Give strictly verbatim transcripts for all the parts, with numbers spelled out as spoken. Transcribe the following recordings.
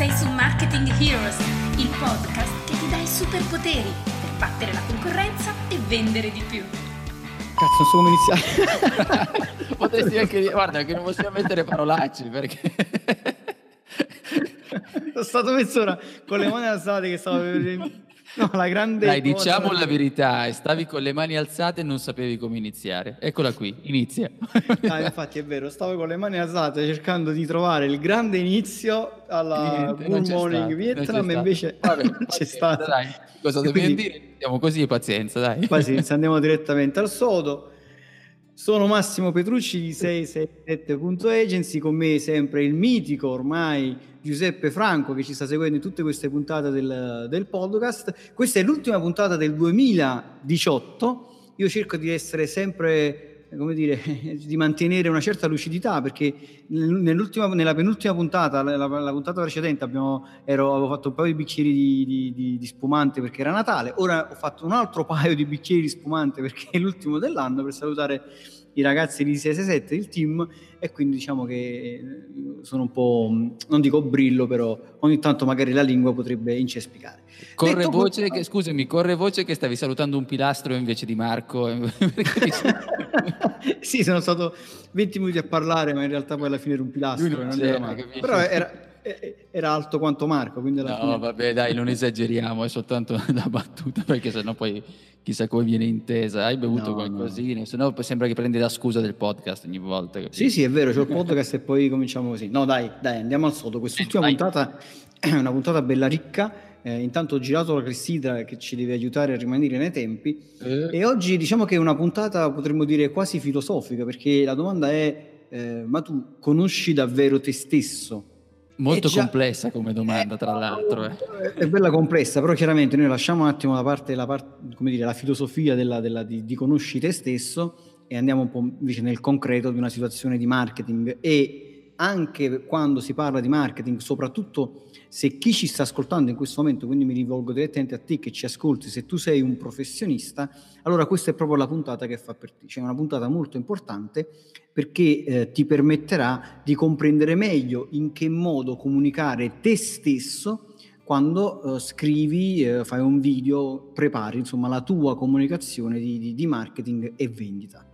Sei su Marketing Heroes, il podcast che ti dà i superpoteri per battere la concorrenza e vendere di più. Cazzo, non so come iniziare. Potresti anche dire, guarda, che non possiamo mettere parolacce perché sono stato mezz'ora con le mani alzate che stavo per... No, la grande dai, cosa... diciamo la verità, stavi con le mani alzate e non sapevi come iniziare. Eccola qui, inizia. Ah, infatti è vero, stavo con le mani alzate cercando di trovare il grande inizio alla Niente, Good Morning Vietnam e invece Vabbè, non c'è stato. Dai, cosa E dobbiamo quindi- dire? Siamo così e pazienza, dai. Pazienza, andiamo direttamente al sodo. Sono Massimo Petrucci di sei sei sette punto agency, con me sempre il mitico ormai Giuseppe Franco che ci sta seguendo in tutte queste puntate del, del podcast. Questa è l'ultima puntata del duemiladiciotto. Io cerco di essere sempre, come dire, di mantenere una certa lucidità, perché nell'ultima, nella penultima puntata, la, la puntata precedente, abbiamo, ero, avevo fatto un paio di bicchieri di, di, di, di spumante perché era Natale. Ora ho fatto un altro paio di bicchieri di spumante perché è l'ultimo dell'anno, per salutare i ragazzi di sei sei sette, il team, e quindi diciamo che sono un po', non dico brillo, però ogni tanto magari la lingua potrebbe incespicare. Corre Detto voce questo- che, scusami, corre voce che stavi salutando un pilastro invece di Marco. Sì, sono stato venti minuti a parlare, ma in realtà poi alla fine era un pilastro. Lui non non c'era, era Marco. capisci? Però era, era alto quanto Marco, quindi alla No, fine... vabbè, dai, non esageriamo, è soltanto una battuta, perché sennò poi chissà come viene intesa. Hai bevuto No, qualcosina, sennò poi sembra che prendi la scusa del podcast ogni volta. Capisci? Sì, sì, è vero, c'è il podcast e poi cominciamo così. No, dai, dai, andiamo al sodo. Quest'ultima Dai. puntata è una puntata bella ricca. Eh, intanto ho girato la clessidra che ci deve aiutare a rimanere nei tempi. Eh. E oggi diciamo che è una puntata, potremmo dire, quasi filosofica, perché la domanda è, eh, ma tu conosci davvero te stesso? Molto È già- complessa come domanda, tra l'altro. eh. È bella complessa, però chiaramente noi lasciamo un attimo da parte la, part- come dire, la filosofia della, della- di, di conosci te stesso e andiamo un po' invece nel concreto di una situazione di marketing. E anche quando si parla di marketing, soprattutto se chi ci sta ascoltando in questo momento, quindi mi rivolgo direttamente a te che ci ascolti, se tu sei un professionista, allora questa è proprio la puntata che fa per te. Cioè una puntata molto importante perché eh, ti permetterà di comprendere meglio in che modo comunicare te stesso quando eh, scrivi, eh, fai un video, prepari insomma la tua comunicazione di, di, di marketing e vendita.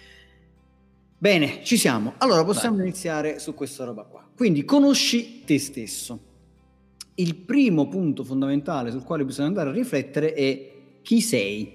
Bene, ci siamo. Allora possiamo Vai. iniziare su questa roba qua. Quindi conosci te stesso. Il primo punto fondamentale sul quale bisogna andare a riflettere è chi sei.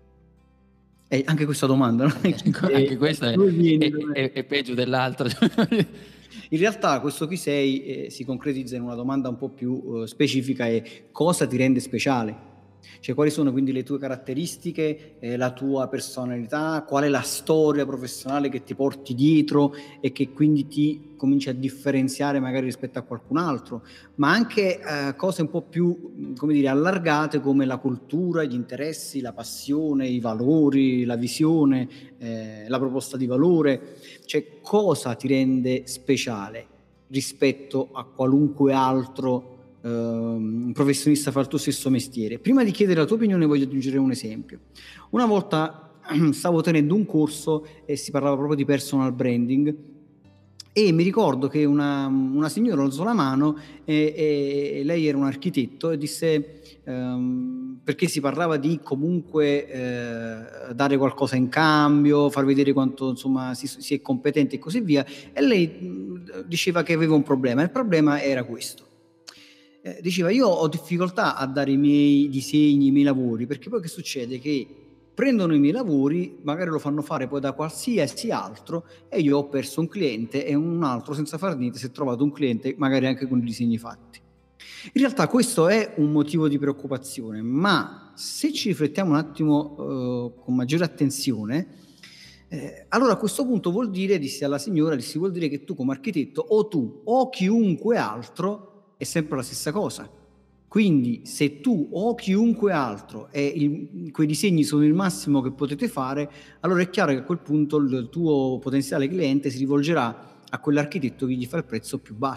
E anche questa domanda, no? Anche questa è, Dove vieni, è- dove- è- è peggio dell'altra. In realtà questo chi sei eh, si concretizza in una domanda un po' più eh, specifica: è cosa ti rende speciale? Cioè quali sono quindi le tue caratteristiche, eh, la tua personalità, qual è la storia professionale che ti porti dietro e che quindi ti cominci a differenziare magari rispetto a qualcun altro, ma anche eh, cose un po' più, mh, come dire, allargate come la cultura, gli interessi, la passione, i valori, la visione, eh, la proposta di valore. Cioè cosa ti rende speciale rispetto a qualunque altro ehm, professionista fa il tuo stesso mestiere. Prima di chiedere la tua opinione voglio aggiungere un esempio. Una volta stavo tenendo un corso e si parlava proprio di personal branding e mi ricordo che una, una signora alzò la mano e, e lei era un architetto e disse ehm, perché si parlava di comunque eh, dare qualcosa in cambio, far vedere quanto insomma si, si è competenti e così via, e lei mh, diceva che aveva un problema. Il problema era questo: eh, diceva io ho difficoltà a dare i miei disegni, i miei lavori, perché poi che succede? Che prendono i miei lavori, magari lo fanno fare poi da qualsiasi altro e io ho perso un cliente e un altro senza far niente si è trovato un cliente magari anche con i disegni fatti. In realtà questo è un motivo di preoccupazione, ma se ci riflettiamo un attimo eh, con maggiore attenzione, eh, allora a questo punto vuol dire, dissi alla signora, dissi, vuol dire che tu come architetto o tu o chiunque altro è sempre la stessa cosa. Quindi se tu o chiunque altro e il, quei disegni sono il massimo che potete fare, allora è chiaro che a quel punto il tuo potenziale cliente si rivolgerà a quell'architetto che gli fa il prezzo più basso.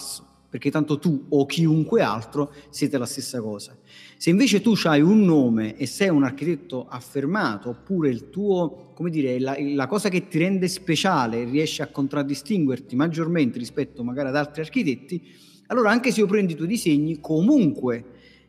perché tanto tu o chiunque altro siete la stessa cosa. Se invece tu hai un nome e sei un architetto affermato, oppure il tuo, come dire, la, la cosa che ti rende speciale, riesci a contraddistinguerti maggiormente rispetto magari ad altri architetti, allora anche se io prendo i tuoi disegni, comunque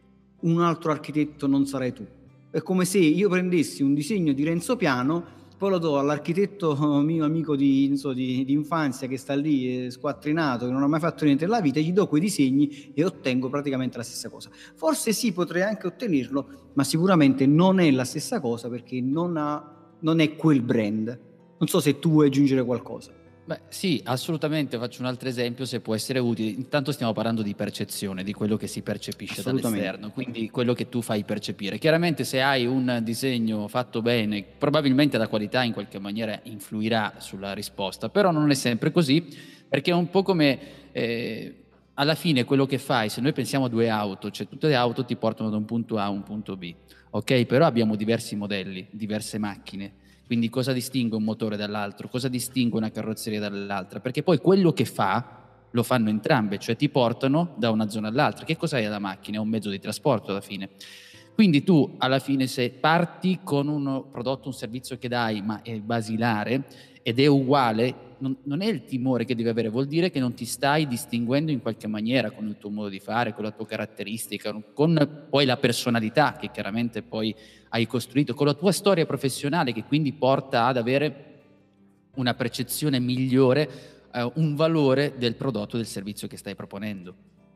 un altro architetto non sarai tu. È come se io prendessi un disegno di Renzo Piano, poi lo do all'architetto mio amico di, non so, di, di infanzia che sta lì eh, squattrinato, che non ha mai fatto niente nella vita, gli do quei disegni e ottengo praticamente la stessa cosa. Forse sì, potrei anche ottenerlo, ma sicuramente non è la stessa cosa, perché non ha, non è quel brand. Non so se tu vuoi aggiungere qualcosa. Beh, sì, assolutamente. Faccio un altro esempio, se può essere utile. Intanto stiamo parlando di percezione, di quello che si percepisce dall'esterno, quindi quello che tu fai percepire. Chiaramente se hai un disegno fatto bene, probabilmente la qualità in qualche maniera influirà sulla risposta, però non è sempre così, perché è un po' come eh, alla fine quello che fai, se noi pensiamo a due auto, cioè tutte le auto ti portano da un punto A a un punto B, ok? Però abbiamo diversi modelli, diverse macchine. Quindi cosa distingue un motore dall'altro? Cosa distingue una carrozzeria dall'altra? Perché poi quello che fa lo fanno entrambe, cioè ti portano da una zona all'altra. Che cos'hai alla macchina? È un mezzo di trasporto alla fine. Quindi tu alla fine, se parti con un prodotto, un servizio che dai, ma è basilare ed è uguale, non, non è il timore che devi avere, vuol dire che non ti stai distinguendo in qualche maniera con il tuo modo di fare, con la tua caratteristica, con poi la personalità che chiaramente poi hai costruito, con la tua storia professionale, che quindi porta ad avere una percezione migliore, eh, un valore del prodotto, del servizio che stai proponendo.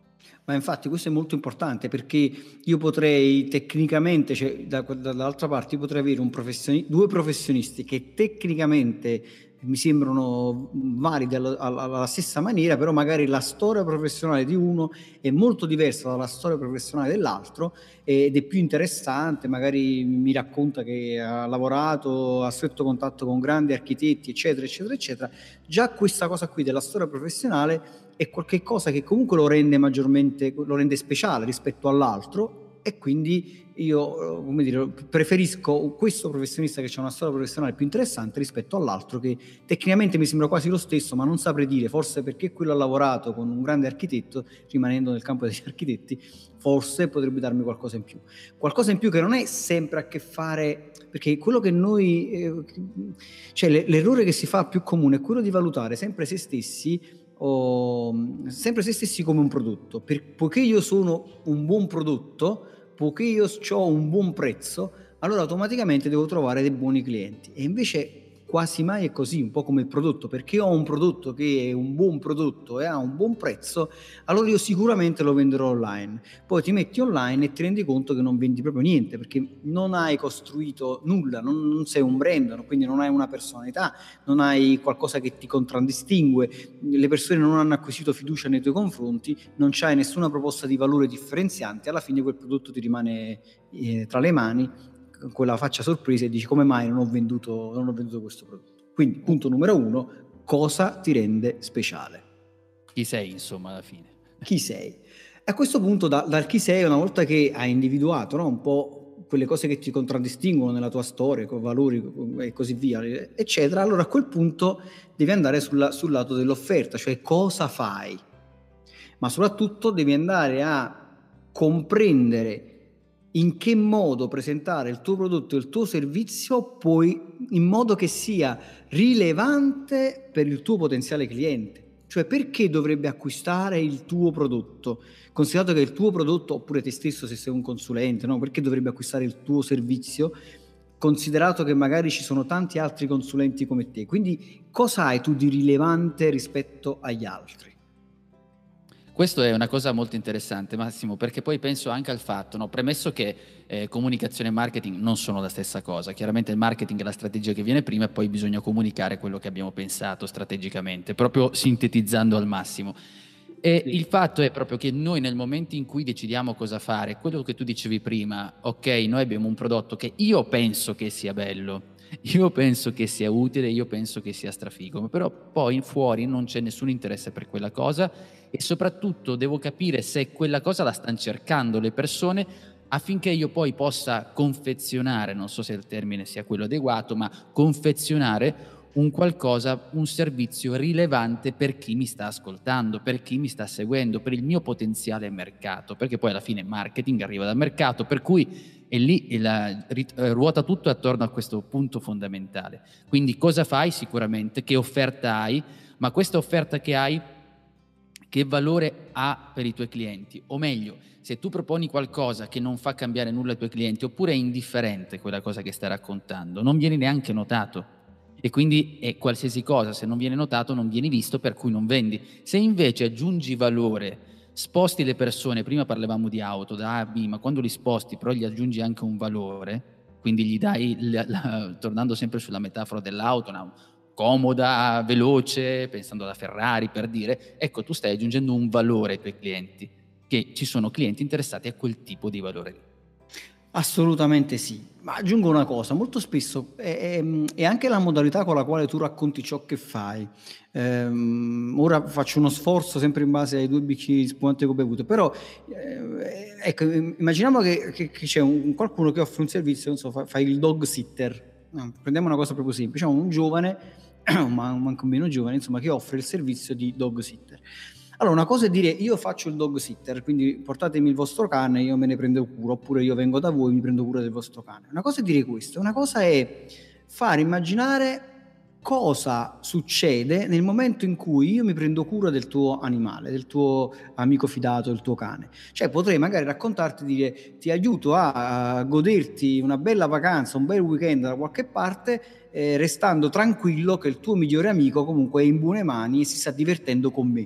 Ma infatti questo è molto importante, perché io potrei tecnicamente, cioè da, dall'altra parte, io potrei avere un professioni- due professionisti che tecnicamente mi sembrano validi alla, alla, alla stessa maniera, però magari la storia professionale di uno è molto diversa dalla storia professionale dell'altro ed è più interessante, magari mi racconta che ha lavorato a stretto contatto con grandi architetti, eccetera, eccetera, eccetera. Già questa cosa qui della storia professionale è qualcosa che comunque lo rende maggiormente, lo rende speciale rispetto all'altro, e quindi io, come dire, preferisco questo professionista che ha una storia professionale più interessante rispetto all'altro che tecnicamente mi sembra quasi lo stesso, ma non saprei dire, forse perché quello ha lavorato con un grande architetto, rimanendo nel campo degli architetti, forse potrebbe darmi qualcosa in più. Qualcosa in più che non è sempre a che fare, perché quello che noi, eh, cioè l'errore che si fa più comune è quello di valutare sempre se stessi o sempre se stessi come un prodotto. Per, poiché io sono un buon prodotto, poiché io ho un buon prezzo, allora automaticamente devo trovare dei buoni clienti. E invece quasi mai è così, un po' come il prodotto, perché ho un prodotto che è un buon prodotto e ha un buon prezzo, allora io sicuramente lo venderò online. Poi ti metti online e ti rendi conto che non vendi proprio niente, perché non hai costruito nulla, non, non sei un brand, quindi non hai una personalità, non hai qualcosa che ti contraddistingue, le persone non hanno acquisito fiducia nei tuoi confronti, non c'hai nessuna proposta di valore differenziante, alla fine quel prodotto ti rimane eh, tra le mani, con la faccia sorpresa, e dici: come mai non ho venduto, non ho venduto questo prodotto? Quindi punto numero uno: cosa ti rende speciale? Chi sei, insomma, alla fine. Chi sei? A questo punto, da, dal chi sei, una volta che hai individuato, no, un po' quelle cose che ti contraddistinguono nella tua storia, con valori e così via, eccetera, allora a quel punto devi andare sulla, sul lato dell'offerta, cioè cosa fai, ma soprattutto devi andare a comprendere in che modo presentare il tuo prodotto e il tuo servizio, poi in modo che sia rilevante per il tuo potenziale cliente. Cioè, perché dovrebbe acquistare il tuo prodotto? Considerato che il tuo prodotto, oppure te stesso se sei un consulente, no? Perché dovrebbe acquistare il tuo servizio, considerato che magari ci sono tanti altri consulenti come te? Quindi cosa hai tu di rilevante rispetto agli altri? Questo è una cosa molto interessante, Massimo, perché poi penso anche al fatto, no? Premesso che eh, comunicazione e marketing non sono la stessa cosa, chiaramente il marketing è la strategia che viene prima e poi bisogna comunicare quello che abbiamo pensato strategicamente, proprio sintetizzando al massimo. E sì. Il fatto è proprio che noi nel momento in cui decidiamo cosa fare, quello che tu dicevi prima, ok, noi abbiamo un prodotto che io penso che sia bello, io penso che sia utile, io penso che sia strafigo, però poi fuori non c'è nessun interesse per quella cosa e soprattutto devo capire se quella cosa la stanno cercando le persone affinché io poi possa confezionare, non so se il termine sia quello adeguato, ma confezionare un qualcosa, un servizio rilevante per chi mi sta ascoltando, per chi mi sta seguendo, per il mio potenziale mercato, perché poi alla fine marketing arriva dal mercato, per cui è lì e la, ruota tutto attorno a questo punto fondamentale. Quindi cosa fai sicuramente, che offerta hai, ma questa offerta che hai che valore ha per i tuoi clienti? O meglio, se tu proponi qualcosa che non fa cambiare nulla ai tuoi clienti, oppure è indifferente quella cosa che stai raccontando, non vieni neanche notato. E quindi è qualsiasi cosa, se non viene notato non vieni visto, per cui non vendi. Se invece aggiungi valore, sposti le persone, prima parlavamo di auto da A a B, ma quando li sposti però gli aggiungi anche un valore, quindi gli dai, la, la, tornando sempre sulla metafora dell'auto, no? Comoda, veloce, pensando alla Ferrari per dire, ecco, tu stai aggiungendo un valore ai tuoi clienti, che ci sono clienti interessati a quel tipo di valore lì. Assolutamente sì, ma aggiungo una cosa, molto spesso è, è, è anche la modalità con la quale tu racconti ciò che fai. Ehm, ora faccio uno sforzo sempre in base ai due bicchieri di spumante che ho bevuto, però eh, ecco, immaginiamo che, che, che c'è un, qualcuno che offre un servizio, non so, fa, fa il dog sitter, no, prendiamo una cosa proprio semplice, diciamo un giovane, ma anche un meno giovane, insomma, che offre il servizio di dog sitter. Allora, una cosa è dire io faccio il dog sitter, quindi portatemi il vostro cane, io me ne prendo cura, oppure io vengo da voi e mi prendo cura del vostro cane. Una cosa è dire questo, una cosa è fare immaginare cosa succede nel momento in cui io mi prendo cura del tuo animale, del tuo amico fidato, del tuo cane. Cioè potrei magari raccontarti, dire ti aiuto a goderti una bella vacanza, un bel weekend da qualche parte, eh, restando tranquillo che il tuo migliore amico comunque è in buone mani e si sta divertendo con me.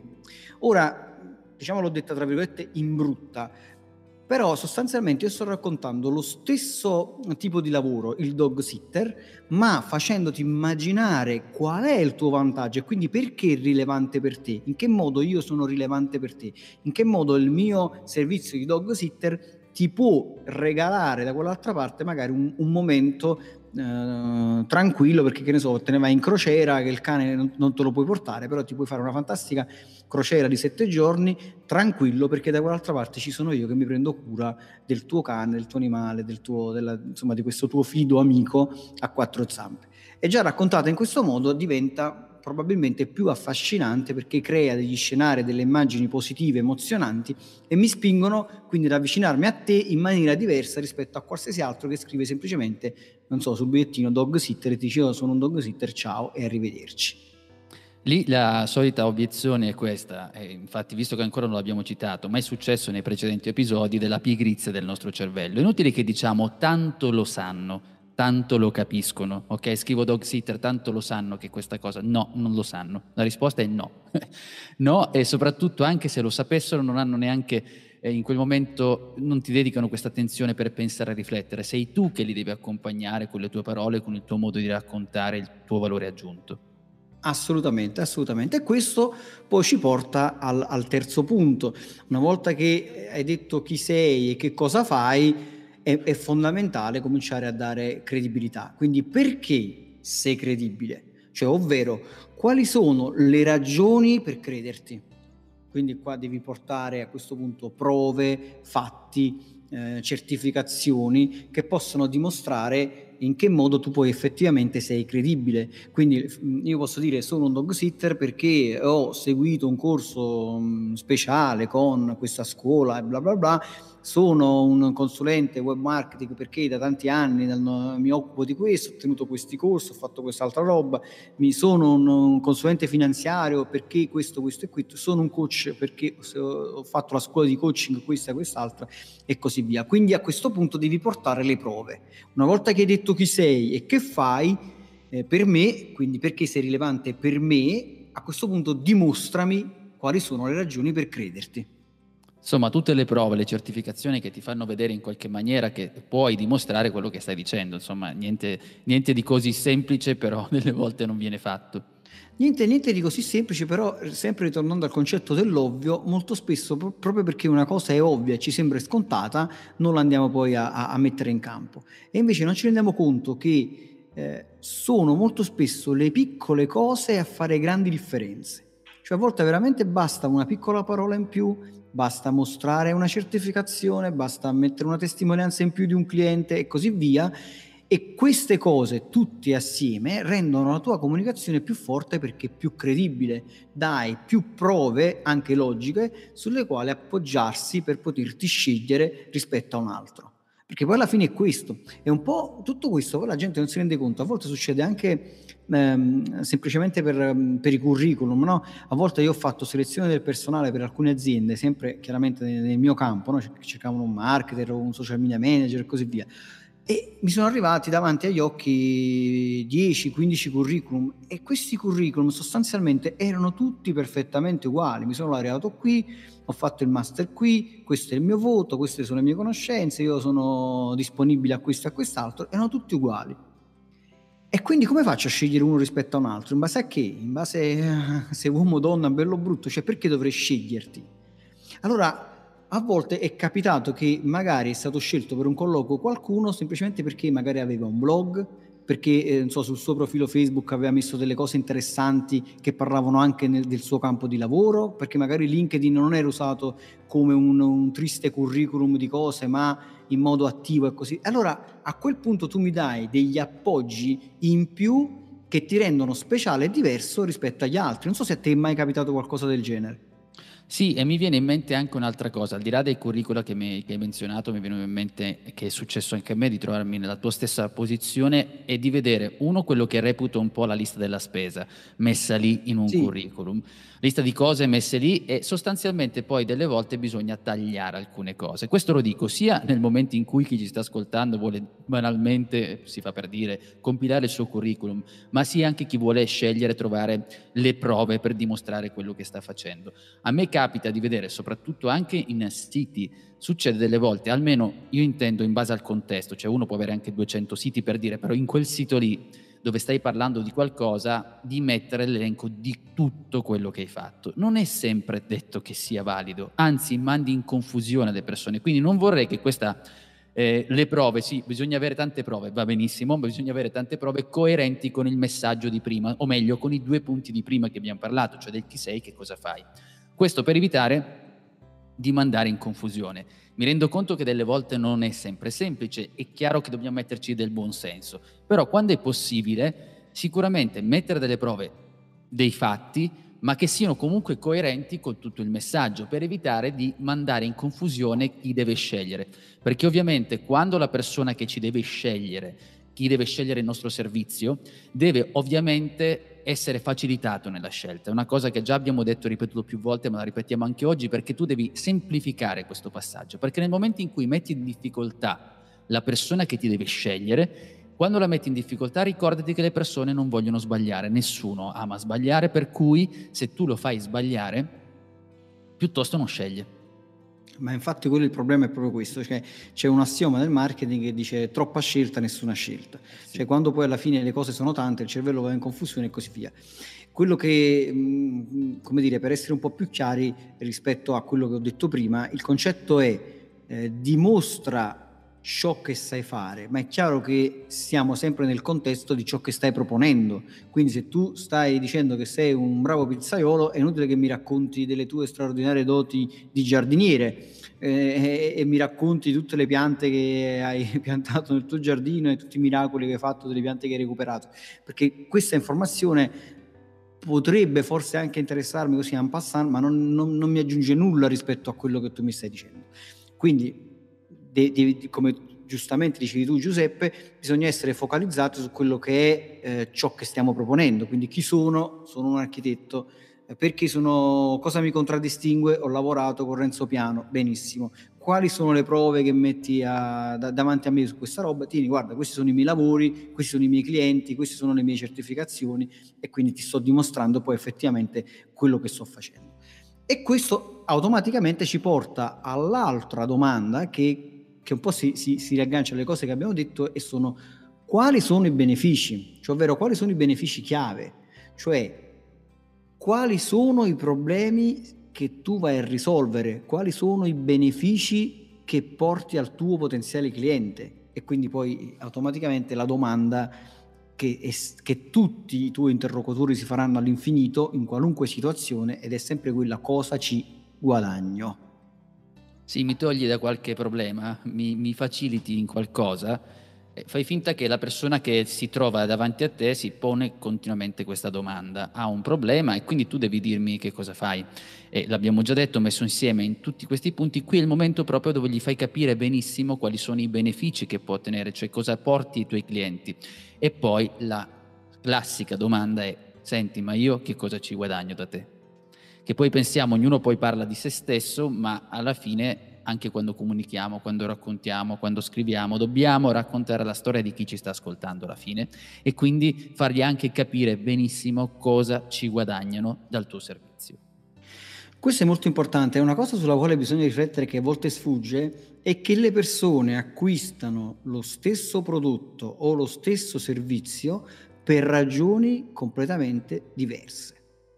Ora, diciamo l'ho detta tra virgolette in brutta, però sostanzialmente io sto raccontando lo stesso tipo di lavoro, il dog sitter, ma facendoti immaginare qual è il tuo vantaggio e quindi perché è rilevante per te, in che modo io sono rilevante per te, in che modo il mio servizio di dog sitter ti può regalare da quell'altra parte magari un, un momento eh, tranquillo, perché che ne so, te ne vai in crociera che il cane non, non te lo puoi portare, però ti puoi fare una fantastica crociera di sette giorni tranquillo, perché da quell'altra parte ci sono io che mi prendo cura del tuo cane, del tuo animale, del tuo, della, insomma di questo tuo fido amico a quattro zampe. E già raccontata in questo modo diventa probabilmente più affascinante, perché crea degli scenari, delle immagini positive, emozionanti, e mi spingono quindi ad avvicinarmi a te in maniera diversa rispetto a qualsiasi altro che scrive semplicemente, non so, sul bigliettino dog sitter e ti dice io sono un dog sitter, ciao e arrivederci. Lì la solita obiezione è questa, e infatti visto che ancora non l'abbiamo citato, ma è successo nei precedenti episodi, della pigrizia del nostro cervello. È inutile che diciamo tanto lo sanno, tanto lo capiscono, ok? Scrivo dog sitter, tanto lo sanno che questa cosa, no, non lo sanno. La risposta è no. No, e soprattutto anche se lo sapessero non hanno neanche, eh, in quel momento non ti dedicano questa attenzione per pensare e riflettere. Sei tu che li devi accompagnare con le tue parole, con il tuo modo di raccontare il tuo valore aggiunto. Assolutamente, assolutamente. E questo poi ci porta al, al terzo punto. Una volta che hai detto chi sei e che cosa fai, è, è fondamentale cominciare a dare credibilità. Quindi perché sei credibile? Cioè, ovvero, quali sono le ragioni per crederti? Quindi qua devi portare a questo punto prove, fatti, eh, certificazioni che possono dimostrare in che modo tu poi effettivamente sei credibile. Quindi io posso dire sono un dog sitter perché ho seguito un corso speciale con questa scuola e bla bla bla, sono un consulente web marketing perché da tanti anni mi occupo di questo, ho tenuto questi corsi, ho fatto quest'altra roba, mi sono un, un consulente finanziario perché questo, questo e questo, sono un coach perché ho fatto la scuola di coaching questa e quest'altra e così via. Quindi a questo punto devi portare le prove. Una volta che hai detto chi sei e che fai, eh, per me, quindi perché sei rilevante per me, a questo punto dimostrami quali sono le ragioni per crederti. Insomma, tutte le prove, le certificazioni che ti fanno vedere in qualche maniera che puoi dimostrare quello che stai dicendo. Insomma, niente, niente di così semplice, però delle volte non viene fatto. Niente, niente di così semplice, però sempre ritornando al concetto dell'ovvio, molto spesso pro- proprio perché una cosa è ovvia e ci sembra scontata, non la andiamo poi a, a, a mettere in campo. E invece non ci rendiamo conto che eh, sono molto spesso le piccole cose a fare grandi differenze. Cioè a volte veramente basta una piccola parola in più, basta mostrare una certificazione, basta mettere una testimonianza in più di un cliente e così via, E queste cose tutte assieme rendono la tua comunicazione più forte perché più credibile, dai più prove anche logiche sulle quali appoggiarsi per poterti scegliere rispetto a un altro. Perché poi alla fine è questo, è un po' tutto questo, poi la gente non si rende conto, a volte succede anche ehm, semplicemente per, per i curriculum, no? A volte io ho fatto selezione del personale per alcune aziende, sempre chiaramente nel, nel mio campo, no? Cercavano un marketer o un social media manager e così via. E mi sono arrivati davanti agli occhi dieci quindici curriculum e questi curriculum sostanzialmente erano tutti perfettamente uguali. Mi sono laureato qui, ho fatto il master qui, questo è il mio voto, queste sono le mie conoscenze, io sono disponibile a questo e a quest'altro, erano tutti uguali. E quindi come faccio a scegliere uno rispetto a un altro? In base a che? In base a se uomo, donna, bello o brutto? Cioè perché dovrei sceglierti? Allora, a volte è capitato che magari è stato scelto per un colloquio qualcuno semplicemente perché magari aveva un blog, perché eh, non so, sul suo profilo Facebook aveva messo delle cose interessanti che parlavano anche nel, del suo campo di lavoro, perché magari LinkedIn non era usato come un, un triste curriculum di cose, ma in modo attivo e così. Allora a quel punto tu mi dai degli appoggi in più che ti rendono speciale e diverso rispetto agli altri. Non so se a te è mai capitato qualcosa del genere. Sì, e mi viene in mente anche un'altra cosa, al di là dei curricula che, mi, che hai menzionato, mi viene in mente che è successo anche a me di trovarmi nella tua stessa posizione e di vedere, uno, quello che reputo un po' la lista della spesa messa lì in un Sì. curriculum, lista di cose messe lì e sostanzialmente poi delle volte bisogna tagliare alcune cose. Questo lo dico sia nel momento in cui chi ci sta ascoltando vuole banalmente, si fa per dire, compilare il suo curriculum, ma sia anche chi vuole scegliere, trovare le prove per dimostrare quello che sta facendo. A me capita di vedere, soprattutto anche in siti, succede delle volte, almeno io intendo in base al contesto, cioè uno può avere anche duecento siti per dire, però in quel sito lì dove stai parlando di qualcosa, di mettere l'elenco di tutto quello che hai fatto. Non è sempre detto che sia valido, anzi mandi in confusione le persone, quindi non vorrei che questa... Eh, le prove, sì, bisogna avere tante prove, va benissimo, ma bisogna avere tante prove coerenti con il messaggio di prima, o meglio con i due punti di prima che abbiamo parlato, cioè del chi sei, che cosa fai. Questo per evitare di mandare in confusione. Mi rendo conto che delle volte non è sempre semplice, è chiaro che dobbiamo metterci del buon senso, però quando è possibile sicuramente mettere delle prove, dei fatti, ma che siano comunque coerenti con tutto il messaggio, per evitare di mandare in confusione chi deve scegliere. Perché ovviamente quando la persona che ci deve scegliere, chi deve scegliere il nostro servizio, deve ovviamente essere facilitato nella scelta. È una cosa che già abbiamo detto e ripetuto più volte, ma la ripetiamo anche oggi, perché tu devi semplificare questo passaggio, perché nel momento in cui metti in difficoltà la persona che ti deve scegliere, quando la metti in difficoltà ricordati che le persone non vogliono sbagliare, nessuno ama sbagliare, per cui se tu lo fai sbagliare, piuttosto non sceglie. Ma infatti quello il problema è proprio questo, cioè c'è un assioma del marketing che dice troppa scelta, nessuna scelta. Sì. Cioè quando poi alla fine le cose sono tante, il cervello va in confusione e così via. Quello che, mh, come dire, per essere un po' più chiari rispetto a quello che ho detto prima, il concetto è eh, dimostra ciò che sai fare, ma è chiaro che siamo sempre nel contesto di ciò che stai proponendo. Quindi se tu stai dicendo che sei un bravo pizzaiolo, è inutile che mi racconti delle tue straordinarie doti di giardiniere eh, e, e mi racconti tutte le piante che hai piantato nel tuo giardino e tutti i miracoli che hai fatto delle piante che hai recuperato, perché questa informazione potrebbe forse anche interessarmi così en passant, ma non, non, non mi aggiunge nulla rispetto a quello che tu mi stai dicendo. Quindi De, de, come giustamente dicevi tu Giuseppe, bisogna essere focalizzati su quello che è eh, ciò che stiamo proponendo. Quindi chi sono? Sono un architetto. Eh, perché sono, cosa mi contraddistingue? Ho lavorato con Renzo Piano, benissimo. Quali sono le prove che metti a, da, davanti a me su questa roba? Tieni, guarda, questi sono i miei lavori, questi sono i miei clienti, queste sono le mie certificazioni e quindi ti sto dimostrando poi effettivamente quello che sto facendo. E questo automaticamente ci porta all'altra domanda che che un po' si, si, si riaggancia alle cose che abbiamo detto, e sono quali sono i benefici, cioè ovvero quali sono i benefici chiave, cioè quali sono i problemi che tu vai a risolvere, quali sono i benefici che porti al tuo potenziale cliente, e quindi poi automaticamente la domanda che, è, che tutti i tuoi interlocutori si faranno all'infinito in qualunque situazione, ed è sempre quella: cosa ci guadagno? Sì, mi togli da qualche problema, mi, mi faciliti in qualcosa, fai finta che la persona che si trova davanti a te si pone continuamente questa domanda, ha un problema e quindi tu devi dirmi che cosa fai. E l'abbiamo già detto, messo insieme in tutti questi punti, qui è il momento proprio dove gli fai capire benissimo quali sono i benefici che può ottenere, cioè cosa porti ai tuoi clienti. E poi la classica domanda è: senti, ma io che cosa ci guadagno da te? Che poi pensiamo, ognuno poi parla di se stesso, ma alla fine, anche quando comunichiamo, quando raccontiamo, quando scriviamo, dobbiamo raccontare la storia di chi ci sta ascoltando alla fine e quindi fargli anche capire benissimo cosa ci guadagnano dal tuo servizio. Questo è molto importante, è una cosa sulla quale bisogna riflettere, che a volte sfugge, è che le persone acquistano lo stesso prodotto o lo stesso servizio per ragioni completamente diverse.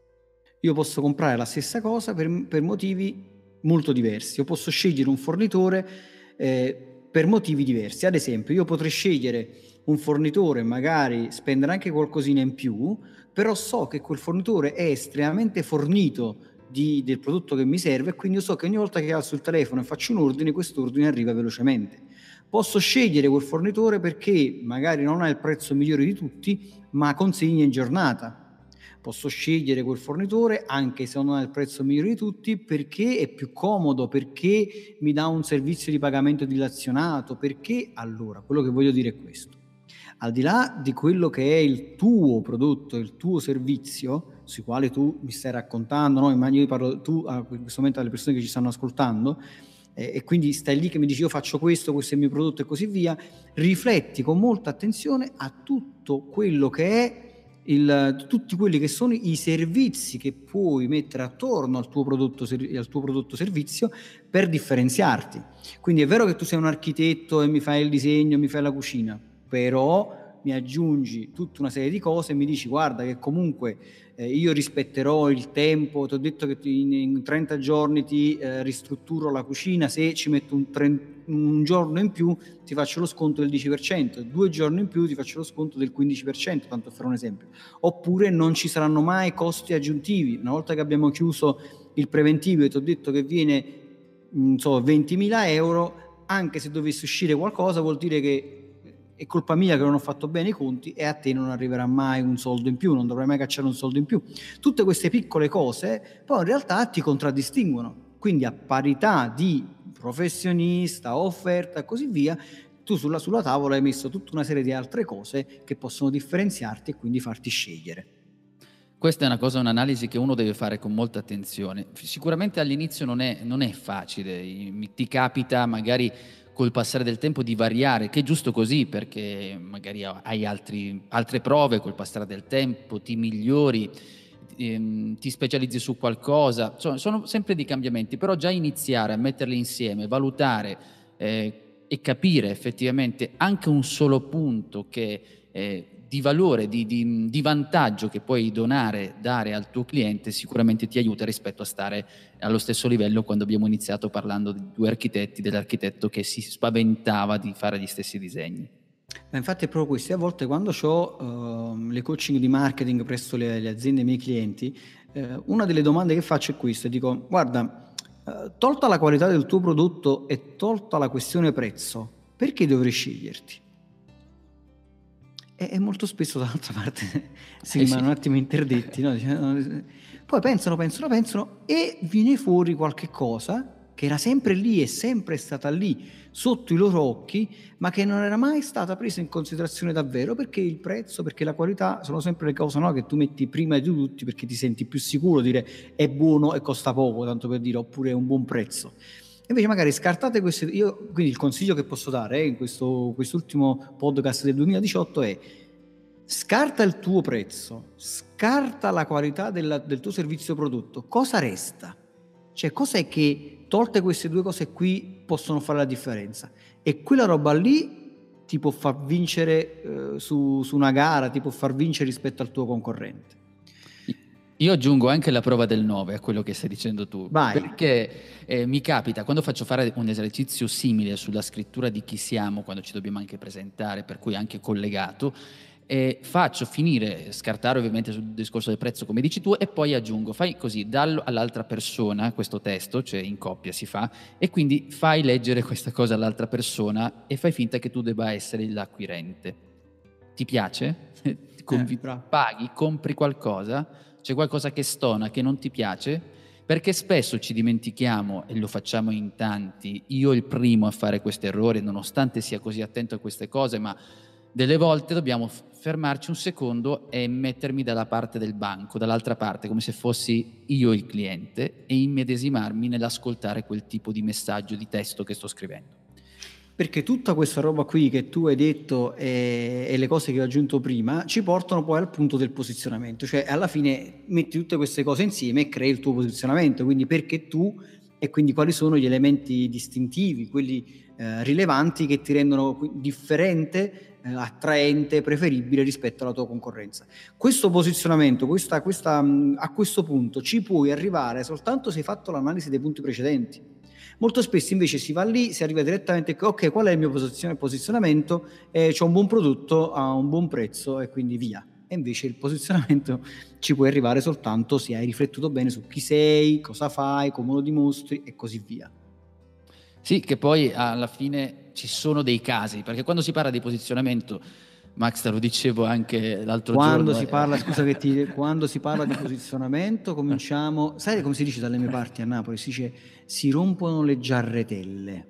Io posso comprare la stessa cosa per, per motivi molto diversi. Io posso scegliere un fornitore eh, per motivi diversi. Ad esempio, io potrei scegliere un fornitore, magari spendere anche qualcosina in più, però so che quel fornitore è estremamente fornito di, del prodotto che mi serve, e quindi io so che ogni volta che alzo il telefono e faccio un ordine, quest'ordine arriva velocemente. Posso scegliere quel fornitore perché magari non ha il prezzo migliore di tutti, ma consegna in giornata. Posso scegliere quel fornitore anche se non ha il prezzo migliore di tutti, perché è più comodo, perché mi dà un servizio di pagamento dilazionato, perché allora quello che voglio dire è questo: al di là di quello che è il tuo prodotto, il tuo servizio, sui quali tu mi stai raccontando, no? Io parlo tu a questo momento alle persone che ci stanno ascoltando, eh, e quindi stai lì che mi dici io faccio questo, questo è il mio prodotto e così via, rifletti con molta attenzione a tutto quello che è Il, tutti quelli che sono i servizi che puoi mettere attorno al tuo prodotto, al tuo prodotto servizio per differenziarti. Quindi è vero che tu sei un architetto e mi fai il disegno, mi fai la cucina, però mi aggiungi tutta una serie di cose e mi dici guarda che comunque eh, io rispetterò il tempo, ti ho detto che ti, in, in trenta giorni ti eh, ristrutturo la cucina, se ci metto un, trenta, un giorno in più ti faccio lo sconto del dieci per cento, due giorni in più ti faccio lo sconto del quindici per cento, tanto per fare un esempio. Oppure non ci saranno mai costi aggiuntivi. Una volta che abbiamo chiuso il preventivo e ti ho detto che viene non so, ventimila euro, anche se dovesse uscire qualcosa vuol dire che è colpa mia che non ho fatto bene i conti e a te non arriverà mai un soldo in più, non dovrai mai cacciare un soldo in più. Tutte queste piccole cose poi in realtà ti contraddistinguono, quindi a parità di professionista, offerta e così via, tu sulla, sulla tavola hai messo tutta una serie di altre cose che possono differenziarti e quindi farti scegliere. Questa è una cosa, un'analisi che uno deve fare con molta attenzione. Sicuramente all'inizio non è, non è facile, ti capita magari col passare del tempo di variare, che è giusto così, perché magari hai altri, altre prove, col passare del tempo ti migliori, ehm, ti specializzi su qualcosa, sono, sono sempre dei cambiamenti, però già iniziare a metterli insieme, valutare eh, e capire effettivamente anche un solo punto che eh, di valore, di, di, di vantaggio che puoi donare, dare al tuo cliente, sicuramente ti aiuta rispetto a stare allo stesso livello quando abbiamo iniziato parlando di due architetti, dell'architetto che si spaventava di fare gli stessi disegni. Ma infatti è proprio questo. A volte quando ho uh, le coaching di marketing presso le, le aziende, i miei clienti, eh, una delle domande che faccio è questa: dico guarda, uh, tolta la qualità del tuo prodotto e tolta la questione prezzo, perché dovrei sceglierti? E, e molto spesso dall'altra parte si Eh rimangono sì. un attimo interdetti, no? Poi pensano, pensano, pensano e viene fuori qualche cosa che era sempre lì, è sempre stata lì sotto i loro occhi, ma che non era mai stata presa in considerazione davvero, perché il prezzo, perché la qualità sono sempre le cose, no, che tu metti prima di tutti perché ti senti più sicuro di dire è buono e costa poco, tanto per dire, oppure è un buon prezzo. Invece magari scartate queste. Io quindi il consiglio che posso dare eh, in questo quest'ultimo podcast del duemiladiciotto è: scarta il tuo prezzo, scarta la qualità della, del tuo servizio prodotto, cosa resta? Cioè cos'è che tolte queste due cose qui possono fare la differenza? E quella roba lì ti può far vincere eh, su, su una gara, ti può far vincere rispetto al tuo concorrente. Io aggiungo anche la prova del nove a quello che stai dicendo tu. Vai. Perché eh, mi capita, quando faccio fare un esercizio simile sulla scrittura di chi siamo, quando ci dobbiamo anche presentare, per cui anche collegato, E faccio finire, scartare ovviamente sul discorso del prezzo come dici tu, e poi aggiungo, fai così, dallo all'altra persona questo testo, cioè in coppia si fa, e quindi fai leggere questa cosa all'altra persona e fai finta che tu debba essere l'acquirente. Ti piace? Convi- Eh, paghi, compri qualcosa, c'è qualcosa che stona, che non ti piace, perché spesso ci dimentichiamo, e lo facciamo in tanti, io il primo a fare questo errore, nonostante sia così attento a queste cose, ma delle volte dobbiamo fermarci un secondo e mettermi dalla parte del banco, dall'altra parte, come se fossi io il cliente, e immedesimarmi nell'ascoltare quel tipo di messaggio, di testo che sto scrivendo. Perché tutta questa roba qui che tu hai detto e, e le cose che ho aggiunto prima ci portano poi al punto del posizionamento, cioè alla fine metti tutte queste cose insieme e crei il tuo posizionamento, quindi perché tu, e quindi quali sono gli elementi distintivi, quelli eh, rilevanti che ti rendono differente, eh, attraente, preferibile rispetto alla tua concorrenza. Questo posizionamento, questa, questa, a questo punto ci puoi arrivare soltanto se hai fatto l'analisi dei punti precedenti. Molto spesso invece si va lì, si arriva direttamente, ok, qual è il mio posizionamento? Eh, c'ho un buon prodotto a un buon prezzo e quindi via. E invece il posizionamento ci puoi arrivare soltanto se hai riflettuto bene su chi sei, cosa fai, come lo dimostri e così via. Sì, che poi alla fine ci sono dei casi, perché quando si parla di posizionamento, Max, te lo dicevo anche l'altro quando giorno. Si parla, scusa che ti, quando si parla di posizionamento cominciamo, sai come si dice dalle mie parti a Napoli? Si dice si rompono le giarretelle,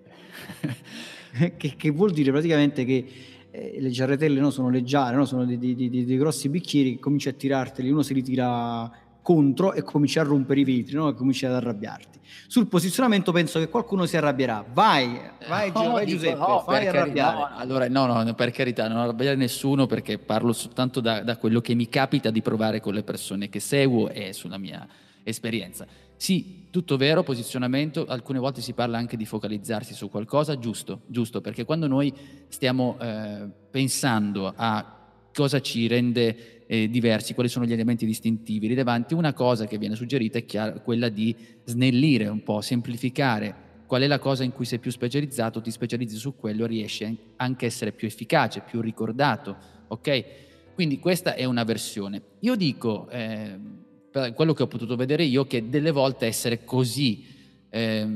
che, che vuol dire praticamente che eh, le giarretelle no, sono le giare, no? Sono dei, dei, dei, dei grossi bicchieri che cominci a tirarteli, uno si ritira contro e cominci a rompere i vetri, no? E cominci ad arrabbiarti. Sul posizionamento penso che qualcuno si arrabbierà. Vai, vai, no, vai dico, Giuseppe, no, fai cari- arrabbiare. no, allora, no, no, per carità, non arrabbiare nessuno, perché parlo soltanto da, da quello che mi capita di provare con le persone che seguo e sulla mia esperienza. Sì, tutto vero, posizionamento, alcune volte si parla anche di focalizzarsi su qualcosa, giusto, giusto, perché quando noi stiamo eh, pensando a cosa ci rende eh, diversi, quali sono gli elementi distintivi, rilevanti, una cosa che viene suggerita è chiaro, quella di snellire un po', semplificare. Qual è la cosa in cui sei più specializzato, ti specializzi su quello e riesci anche a essere più efficace, più ricordato, ok? Quindi questa è una versione. Io dico, eh, per quello che ho potuto vedere io, che delle volte essere così eh,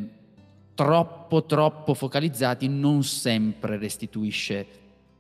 troppo troppo focalizzati non sempre restituisce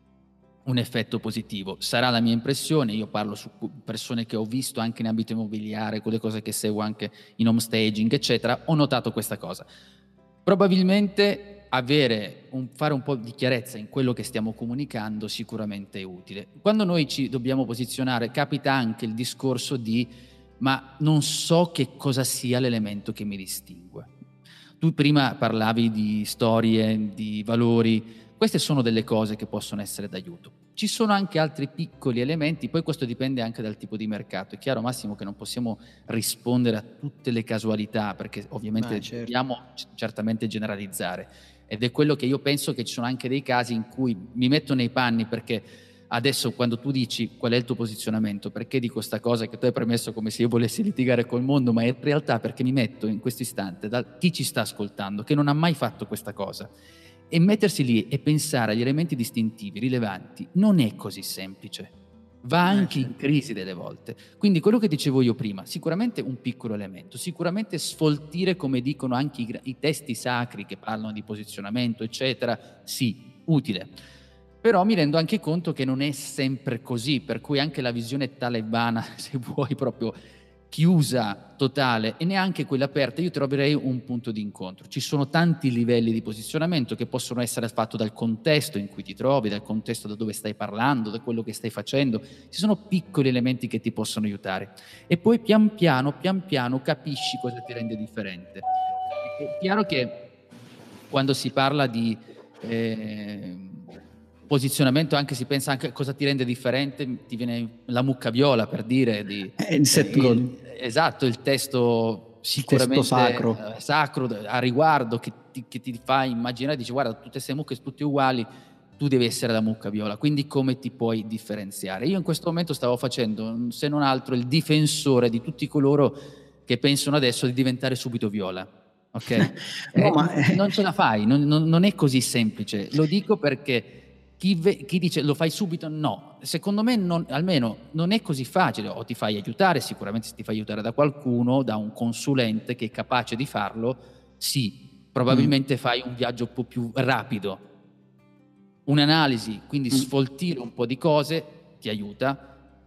un effetto positivo. Sarà la mia impressione, io parlo su persone che ho visto anche in ambito immobiliare, con le cose che seguo anche in home staging, eccetera, ho notato questa cosa. Probabilmente avere un, fare un po' di chiarezza in quello che stiamo comunicando sicuramente è utile. Quando noi ci dobbiamo posizionare, capita anche il discorso di ma non so che cosa sia l'elemento che mi distingue. Tu prima parlavi di storie, di valori. Queste sono delle cose che possono essere d'aiuto. Ci sono anche altri piccoli elementi, poi questo dipende anche dal tipo di mercato. È chiaro, Massimo, che non possiamo rispondere a tutte le casualità, perché ovviamente Beh, certo. dobbiamo certamente generalizzare. Ed è quello che io penso, che ci sono anche dei casi in cui mi metto nei panni, perché adesso quando tu dici qual è il tuo posizionamento, perché dico questa cosa che tu hai premesso come se io volessi litigare col mondo, ma in realtà perché mi metto in questo istante da chi ci sta ascoltando, che non ha mai fatto questa cosa. E mettersi lì e pensare agli elementi distintivi, rilevanti, non è così semplice. Va anche in crisi delle volte. Quindi quello che dicevo io prima, sicuramente un piccolo elemento, sicuramente sfoltire, come dicono anche i, i testi sacri che parlano di posizionamento, eccetera, sì, utile. Però mi rendo anche conto che non è sempre così, per cui anche la visione talebana, se vuoi, proprio chiusa, totale, e neanche quella aperta, io troverei un punto di incontro. Ci sono tanti livelli di posizionamento che possono essere fatti dal contesto in cui ti trovi, dal contesto da dove stai parlando, da quello che stai facendo. Ci sono piccoli elementi che ti possono aiutare. E poi pian piano, pian piano capisci cosa ti rende differente. È chiaro che quando si parla di eh, posizionamento, anche si pensa anche a cosa ti rende differente, ti viene la mucca viola, per dire, di, eh, il set eh, il, esatto, il testo sicuramente il testo sacro. Eh, sacro a riguardo, che ti, che ti fa immaginare, dici guarda, tutte queste mucche tutte uguali, tu devi essere la mucca viola, quindi come ti puoi differenziare? Io in questo momento stavo facendo, se non altro, il difensore di tutti coloro che pensano adesso di diventare subito viola. Ok? No, eh, ma... non ce la fai, non, non, non è così semplice. Lo dico perché Chi, ve- chi dice lo fai subito, no, secondo me non, almeno non è così facile. O ti fai aiutare, sicuramente se ti fai aiutare da qualcuno, da un consulente che è capace di farlo, sì, probabilmente mm. fai un viaggio un po' più rapido, un'analisi, quindi mm. sfoltire un po' di cose ti aiuta.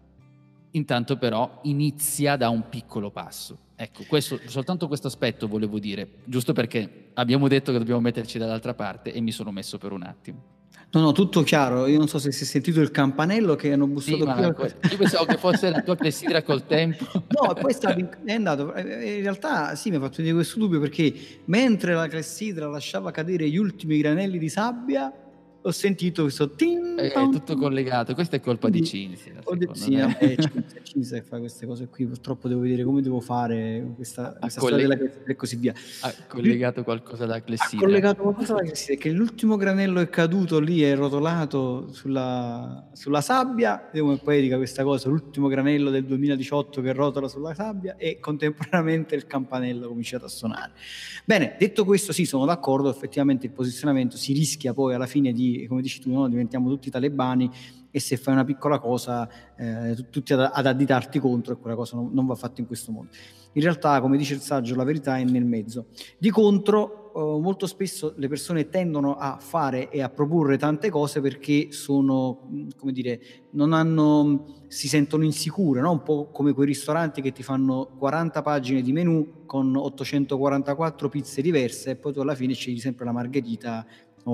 Intanto però inizia da un piccolo passo. Ecco, questo, soltanto questo aspetto volevo dire, giusto perché abbiamo detto che dobbiamo metterci dall'altra parte e mi sono messo per un attimo. No, no, tutto chiaro. Io non so se si è sentito il campanello che hanno bussato sì, qui. Ma io pensavo che fosse la tua clessidra col tempo. No, poi è andato. In realtà sì, mi ha fatto venire questo dubbio perché mentre la clessidra lasciava cadere gli ultimi granelli di sabbia, ho sentito questo ting, è tom, tutto collegato. Questa è colpa quindi, di Cinzia. De- sì, vabbè, Cinzia, Cinzia che fa queste cose qui. Purtroppo devo vedere come devo fare questa, questa colleg- storia della clessidra e così via. Ha collegato qualcosa alla clessidra. Ha collegato qualcosa alla clessidra, che l'ultimo granello è caduto lì, è rotolato sulla, sulla sabbia. Vediamo come è poetica questa cosa. L'ultimo granello del duemiladiciotto che rotola sulla sabbia e contemporaneamente il campanello ha cominciato a suonare. Bene, detto questo, sì, sono d'accordo. Effettivamente il posizionamento si rischia poi alla fine di, come dici tu, no? Diventiamo tutti talebani e se fai una piccola cosa eh, tutti ad, ad additarti contro e quella cosa non, non va fatta in questo modo. In realtà, come dice il saggio, la verità è nel mezzo. Di contro, eh, molto spesso le persone tendono a fare e a proporre tante cose perché sono, come dire, non hanno, si sentono insicure, no? Un po' come quei ristoranti che ti fanno quaranta pagine di menù con ottocentoquarantaquattro pizze diverse e poi tu alla fine scegli sempre la margherita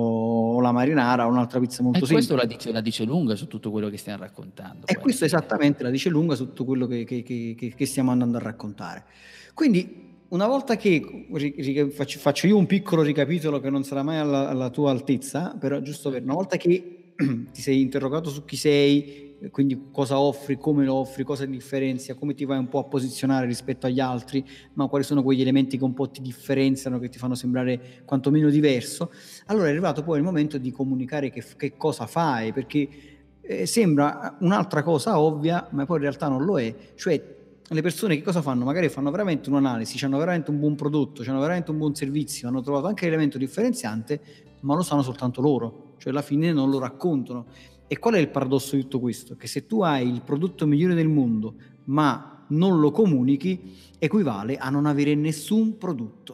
o la marinara o un'altra pizza molto semplice. E questo la dice, la dice lunga su tutto quello che stiamo raccontando. E questo esattamente la dice lunga su tutto quello che, che, che, che stiamo andando a raccontare. Quindi una volta che faccio, faccio io un piccolo ricapitolo che non sarà mai alla, alla tua altezza, però giusto per una volta che ti sei interrogato su chi sei, quindi cosa offri, come lo offri, cosa ti differenzia, come ti vai un po' a posizionare rispetto agli altri, ma quali sono quegli elementi che un po' ti differenziano, che ti fanno sembrare quantomeno diverso, allora è arrivato poi il momento di comunicare che, che cosa fai, perché eh, sembra un'altra cosa ovvia, ma poi in realtà non lo è, cioè le persone che cosa fanno? Magari fanno veramente un'analisi, hanno veramente un buon prodotto, hanno veramente un buon servizio, hanno trovato anche l'elemento differenziante, ma lo sanno soltanto loro, cioè alla fine non lo raccontano. E qual è il paradosso di tutto questo? Che se tu hai il prodotto migliore del mondo, ma non lo comunichi, equivale a non avere nessun prodotto.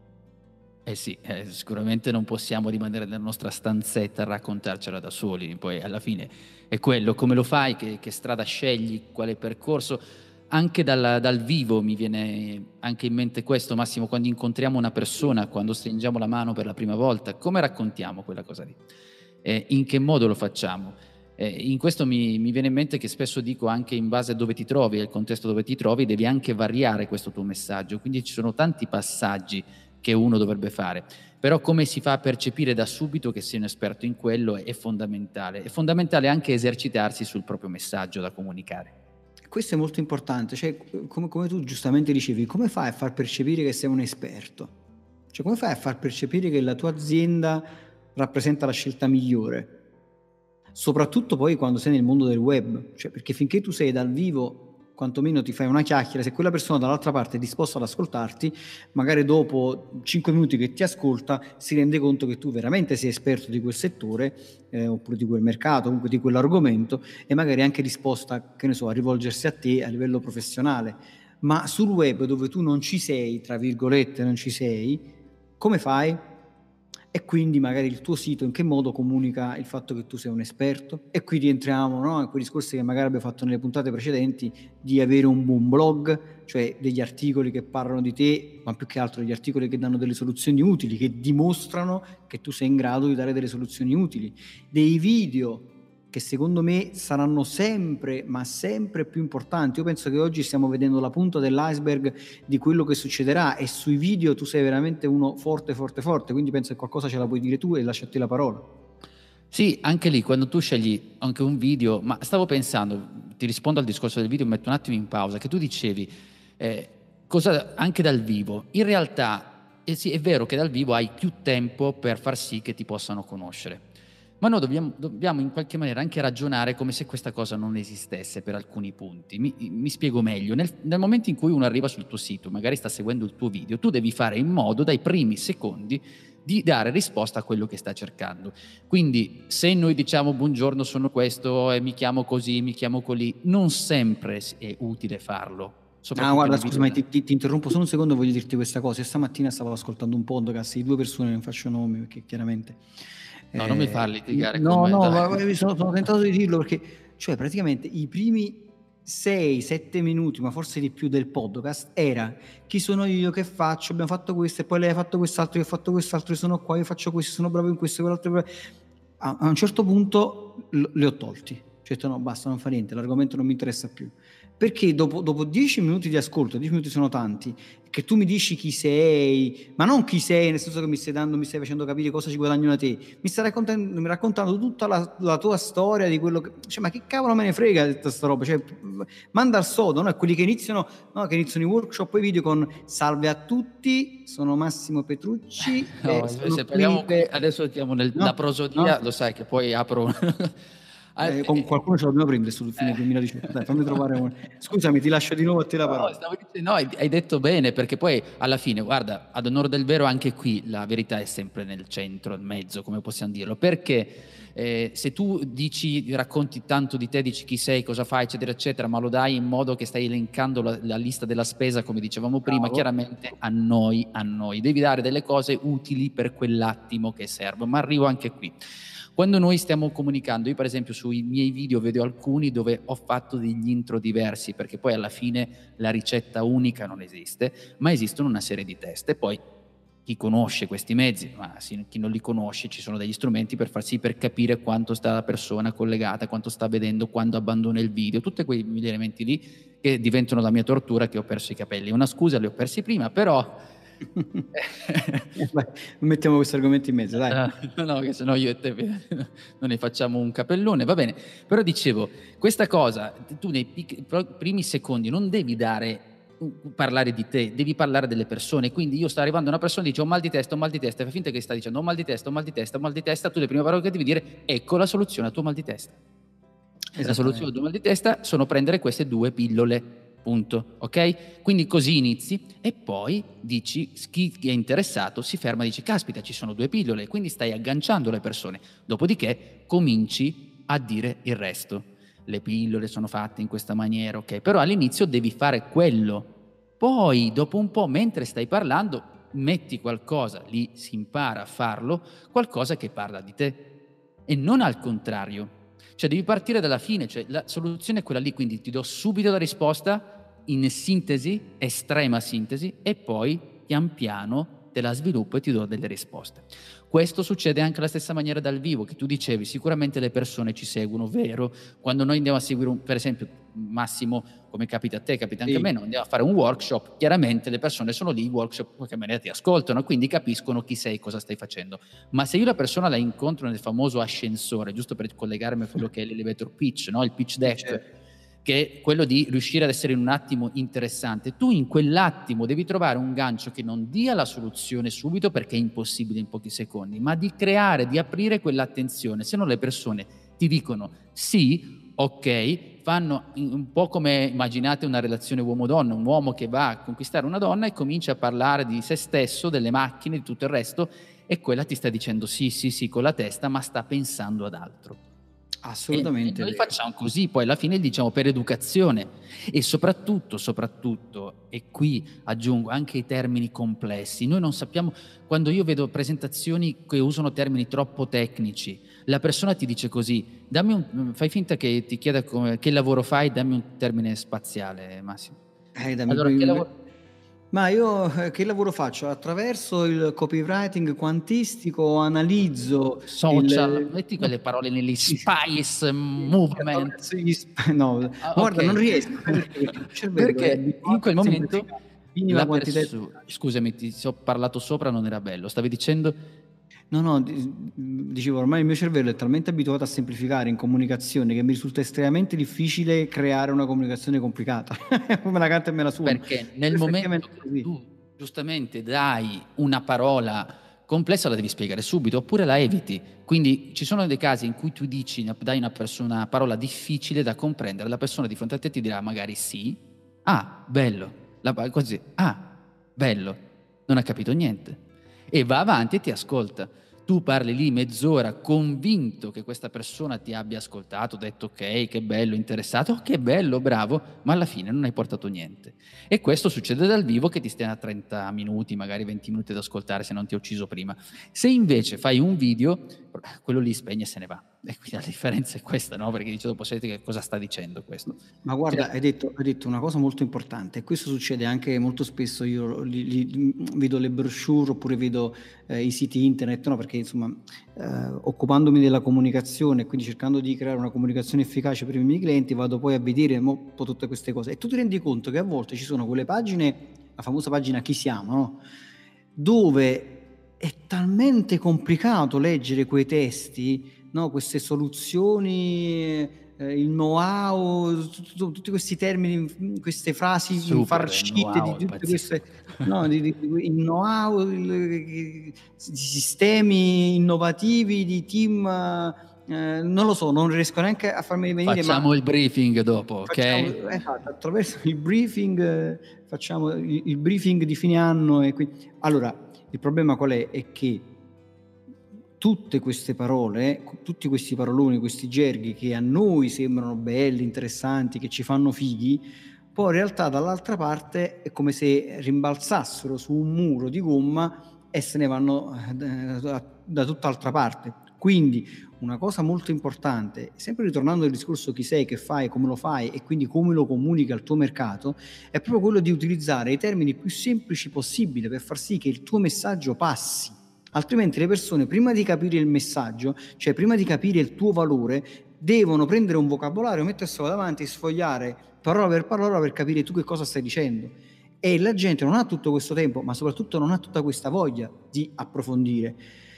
Eh sì, eh, sicuramente non possiamo rimanere nella nostra stanzetta a raccontarcela da soli, poi alla fine è quello, come lo fai, che, che strada scegli, quale percorso. Anche dal, dal vivo mi viene anche in mente questo, Massimo, quando incontriamo una persona, quando stringiamo la mano per la prima volta, come raccontiamo quella cosa lì? Eh, in che modo lo facciamo? Eh, in questo mi, mi viene in mente che spesso dico anche in base a dove ti trovi, al contesto dove ti trovi, devi anche variare questo tuo messaggio, quindi ci sono tanti passaggi che uno dovrebbe fare, però come si fa a percepire da subito che sei un esperto in quello è fondamentale. È fondamentale anche esercitarsi sul proprio messaggio da comunicare. Questo è molto importante, cioè come, come tu giustamente dicevi, come fai a far percepire che sei un esperto? Cioè come fai a far percepire che la tua azienda rappresenta la scelta migliore? Soprattutto poi quando sei nel mondo del web, cioè perché finché tu sei dal vivo, quantomeno ti fai una chiacchiera, se quella persona dall'altra parte è disposta ad ascoltarti, magari dopo cinque minuti che ti ascolta si rende conto che tu veramente sei esperto di quel settore eh, oppure di quel mercato, comunque di quell'argomento e magari anche disposta, che ne so, a rivolgersi a te a livello professionale. Ma sul web dove tu non ci sei, tra virgolette non ci sei, come fai? E quindi magari il tuo sito in che modo comunica il fatto che tu sei un esperto? E qui rientriamo, no, in quei discorsi che magari abbiamo fatto nelle puntate precedenti di avere un buon blog, cioè degli articoli che parlano di te, ma più che altro degli articoli che danno delle soluzioni utili, che dimostrano che tu sei in grado di dare delle soluzioni utili, dei video che secondo me saranno sempre, ma sempre più importanti. Io penso che oggi stiamo vedendo la punta dell'iceberg di quello che succederà e sui video tu sei veramente uno forte, forte, forte, quindi penso che qualcosa ce la puoi dire tu e lascio a te la parola. Sì, anche lì, quando tu scegli anche un video, ma stavo pensando, ti rispondo al discorso del video, metto un attimo in pausa, che tu dicevi, eh, cosa anche dal vivo, in realtà eh sì, è vero che dal vivo hai più tempo per far sì che ti possano conoscere. Ma noi dobbiamo, dobbiamo in qualche maniera anche ragionare come se questa cosa non esistesse per alcuni punti. Mi, mi spiego meglio. Nel, nel momento in cui uno arriva sul tuo sito, magari sta seguendo il tuo video, tu devi fare in modo dai primi secondi di dare risposta a quello che sta cercando. Quindi se noi diciamo buongiorno, sono questo e mi chiamo così, mi chiamo colì, non sempre è utile farlo. Ah, guarda, scusami, ti, ti, ti interrompo solo un secondo, voglio dirti questa cosa. Io stamattina stavo ascoltando un podcast di due persone, non faccio nomi perché chiaramente... No, eh, non mi fa litigare no, con me. No, no, ma sono, sono tentato di dirlo perché, cioè, praticamente i primi sei sette minuti, ma forse di più, del podcast era chi sono io, che faccio, abbiamo fatto questo e poi lei ha fatto quest'altro, io ho fatto quest'altro, io sono qua, io faccio questo, sono bravo in questo, quell'altro. A, a un certo punto l- li ho tolti, ho detto no, basta, non fa niente, l'argomento non mi interessa più, perché dopo, dopo dieci minuti di ascolto, dieci minuti sono tanti, che tu mi dici chi sei, ma non chi sei nel senso che mi stai dando, mi stai facendo capire cosa ci guadagno da te, mi stai raccontando, mi raccontando tutta la, la tua storia di quello che, cioè, ma che cavolo me ne frega di tutta sta roba, cioè, manda al sodo, no? Quelli che iniziano, no? Che iniziano i workshop e i video con salve a tutti, sono Massimo Petrucci, no, e sono se qui parliamo per... adesso stiamo nella no? prosodia, No? lo sai che poi apro Eh, con qualcuno ce l'abbiamo prendere sul fine duemiladiciotto. Dai, fammi trovare un... Scusami, ti lascio di nuovo a te la parola. No, stavo dicendo, no, hai, hai detto bene, perché poi alla fine, guarda, ad onore del vero, anche qui la verità è sempre nel centro, in mezzo, come possiamo dirlo, perché eh, se tu dici, racconti tanto di te, dici chi sei, cosa fai, eccetera, eccetera, ma lo dai in modo che stai elencando la, la lista della spesa, come dicevamo prima, Bravo. Chiaramente a noi, a noi, devi dare delle cose utili per quell'attimo che serve, ma arrivo anche qui. Quando noi stiamo comunicando, io per esempio sui miei video vedo alcuni dove ho fatto degli intro diversi, perché poi alla fine la ricetta unica non esiste, ma esistono una serie di test. E poi chi conosce questi mezzi, ma chi non li conosce, ci sono degli strumenti per far sì, per capire quanto sta la persona collegata, quanto sta vedendo, quando abbandona il video, tutti quei elementi lì che diventano la mia tortura, che ho perso i capelli. Una scusa, li ho persi prima, però... Vai, mettiamo questo argomento in mezzo, dai. Uh, no, che sennò io e te non ne facciamo un capellone, va bene. Però dicevo, questa cosa, tu nei pic- primi secondi non devi dare, parlare di te, devi parlare delle persone. Quindi io sto arrivando a una persona e dice ho mal di testa, ho mal di testa, e fa finta che sta dicendo ho mal di testa, ho mal di testa, ho mal di testa, tu le prime parole che devi dire, ecco la soluzione al tuo mal di testa. La soluzione al tuo mal di testa sono prendere queste due pillole. Punto, ok? Quindi così inizi e poi dici, chi è interessato si ferma e dice caspita, ci sono due pillole, quindi stai agganciando le persone, dopodiché cominci a dire il resto. Le pillole sono fatte in questa maniera, ok? Però all'inizio devi fare quello, poi dopo un po', mentre stai parlando, metti qualcosa, lì si impara a farlo, qualcosa che parla di te e non al contrario. Cioè devi partire dalla fine, cioè la soluzione è quella lì, quindi ti do subito la risposta in sintesi, estrema sintesi, e poi pian piano te la sviluppo e ti do delle risposte. Questo succede anche alla stessa maniera dal vivo, che tu dicevi, sicuramente le persone ci seguono, vero? Quando noi andiamo a seguire, un, per esempio, Massimo, come capita a te, capita anche sì. a me, no? Andiamo a fare un workshop, chiaramente le persone sono lì, il workshop in qualche maniera ti ascoltano, quindi capiscono chi sei, cosa stai facendo. Ma se io la persona la incontro nel famoso ascensore, giusto per collegarmi a quello che è l'elevator pitch, no? Il pitch deck, certo. Che è quello di riuscire ad essere in un attimo interessante, tu in quell'attimo devi trovare un gancio che non dia la soluzione subito, perché è impossibile in pochi secondi, ma di creare, di aprire quell'attenzione, se no le persone ti dicono sì, ok, fanno un po' come immaginate una relazione uomo-donna, un uomo che va a conquistare una donna e comincia a parlare di se stesso, delle macchine, di tutto il resto, e quella ti sta dicendo sì, sì, sì con la testa, ma sta pensando ad altro. Assolutamente. E, e noi facciamo così, poi alla fine diciamo per educazione e soprattutto, soprattutto, e qui aggiungo anche i termini complessi. Noi non sappiamo, quando io vedo presentazioni che usano termini troppo tecnici, la persona ti dice così, dammi un, fai finta che ti chieda come, che lavoro fai, dammi un termine spaziale, Massimo. Eh, dammi allora, che lavoro... Ma io eh, che lavoro faccio? Attraverso il copywriting quantistico analizzo social, il... metti quelle parole negli spice movement. No, ah, guarda, okay. non riesco perché, il cervello perché in quel momento la perso... scusami, ti ho parlato sopra, non era bello. Stavi dicendo? No, no, dicevo, ormai il mio cervello è talmente abituato a semplificare in comunicazione che mi risulta estremamente difficile creare una comunicazione complicata. Me la canta e me la suono. Perché nel momento che tu giustamente dai una parola complessa la devi spiegare subito, oppure la eviti. Quindi ci sono dei casi in cui tu dici, dai una, persona, una parola difficile da comprendere, la persona di fronte a te ti dirà magari sì, ah, bello, la, così, ah, bello, non ha capito niente. e va avanti e ti ascolta. Tu parli lì mezz'ora convinto che questa persona ti abbia ascoltato, detto ok, che bello, interessato, oh, che bello, bravo, ma alla fine non hai portato niente. E questo succede dal vivo, che ti stai a trenta minuti, magari venti minuti ad ascoltare se non ti ho ucciso prima. Se invece fai un video, quello lì spegne e se ne va. E quindi la differenza è questa, no? Perché dice dopo, senti che cosa sta dicendo questo. Ma guarda, Cioè, hai detto, hai detto una cosa molto importante, e questo succede anche molto spesso. Io li, li, vedo le brochure oppure vedo eh, i siti internet, no? Perché insomma, eh, occupandomi della comunicazione, quindi cercando di creare una comunicazione efficace per i miei clienti, vado poi a vedere un po' tutte queste cose, e tu ti rendi conto che a volte ci sono quelle pagine, la famosa pagina Chi siamo, no? Dove è talmente complicato leggere quei testi, no? Queste soluzioni, eh, il know-how, tutto, tutti questi termini, queste frasi super, infarcite wow, di tutte queste, no, di, di, di, il know-how, il, di sistemi innovativi, di team, eh, non lo so, non riesco neanche a farmi venire. Facciamo ma il briefing dopo, facciamo, ok? Esatto, attraverso il briefing, eh, facciamo il, il briefing di fine anno. E quindi, allora, il problema qual è? È che tutte queste parole, tutti questi paroloni, questi gerghi che a noi sembrano belli, interessanti, che ci fanno fighi, poi in realtà dall'altra parte è come se rimbalzassero su un muro di gomma e se ne vanno da, da tutt'altra parte. Quindi una cosa molto importante, sempre ritornando al discorso chi sei, che fai, come lo fai e quindi come lo comunichi al tuo mercato, è proprio quello di utilizzare i termini più semplici possibile per far sì che il tuo messaggio passi. Altrimenti le persone, prima di capire il messaggio, cioè prima di capire il tuo valore, devono prendere un vocabolario, metterselo davanti, sfogliare parola per parola per capire tu che cosa stai dicendo. E la gente non ha tutto questo tempo, ma soprattutto non ha tutta questa voglia di approfondire.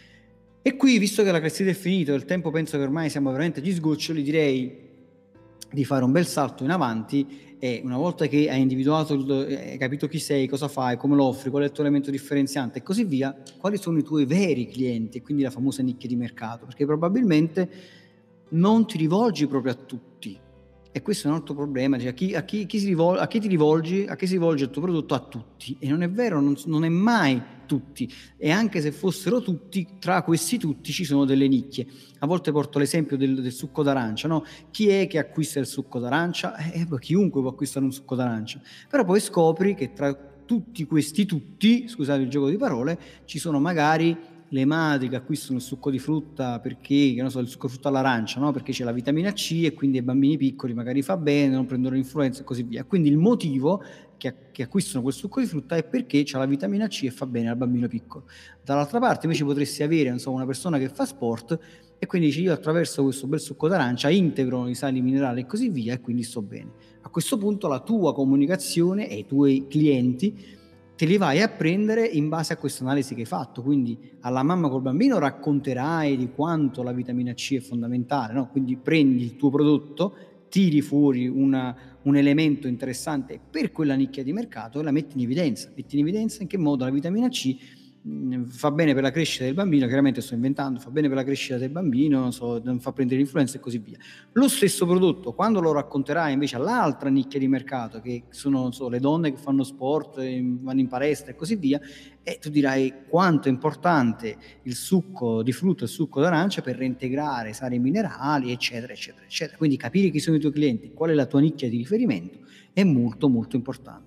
E qui, visto che la classifica è finita, il tempo penso che ormai siamo veramente agli sgoccioli, direi di fare un bel salto in avanti. E una volta che hai individuato, hai capito chi sei, cosa fai, come lo offri, qual è il tuo elemento differenziante e così via, quali sono i tuoi veri clienti, e quindi la famosa nicchia di mercato, perché probabilmente non ti rivolgi proprio a tutti. E questo è un altro problema, cioè a, chi, a, chi, chi si rivol- a chi ti rivolgi, a chi si rivolge il tuo prodotto? A tutti. E non è vero, non, non è mai tutti. E anche se fossero tutti, tra questi tutti ci sono delle nicchie. A volte porto l'esempio del, del succo d'arancia, no? Chi è che acquista il succo d'arancia? Eh, chiunque può acquistare un succo d'arancia. Però poi scopri che tra tutti questi tutti, scusate il gioco di parole, ci sono magari le madri che acquistano il succo di frutta perché, che non so, il succo di frutta all'arancia, no? Perché c'è la vitamina C e quindi ai bambini piccoli magari fa bene, non prendono l'influenza e così via. Quindi il motivo che, che acquistano quel succo di frutta è perché c'ha la vitamina C e fa bene al bambino piccolo. Dall'altra parte invece potresti avere, non so, una persona che fa sport e quindi dici: io attraverso questo bel succo d'arancia integro i sali minerali e così via e quindi sto bene. A questo punto la tua comunicazione e i tuoi clienti te li vai a prendere in base a questa analisi che hai fatto. Quindi alla mamma col bambino racconterai di quanto la vitamina C è fondamentale, no? Quindi prendi il tuo prodotto, tiri fuori una, un elemento interessante per quella nicchia di mercato e la metti in evidenza. Metti in evidenza in che modo la vitamina C mh, fa bene per la crescita del bambino, chiaramente sto inventando, fa bene per la crescita del bambino, non so, non fa prendere l'influenza e così via. Lo stesso prodotto, quando lo racconterai invece all'altra nicchia di mercato, che sono, non so, le donne che fanno sport, vanno in palestra e così via, e tu dirai quanto è importante il succo di frutta, il succo d'arancia per reintegrare sali minerali, eccetera, eccetera, eccetera. Quindi capire chi sono i tuoi clienti, qual è la tua nicchia di riferimento è molto, molto importante.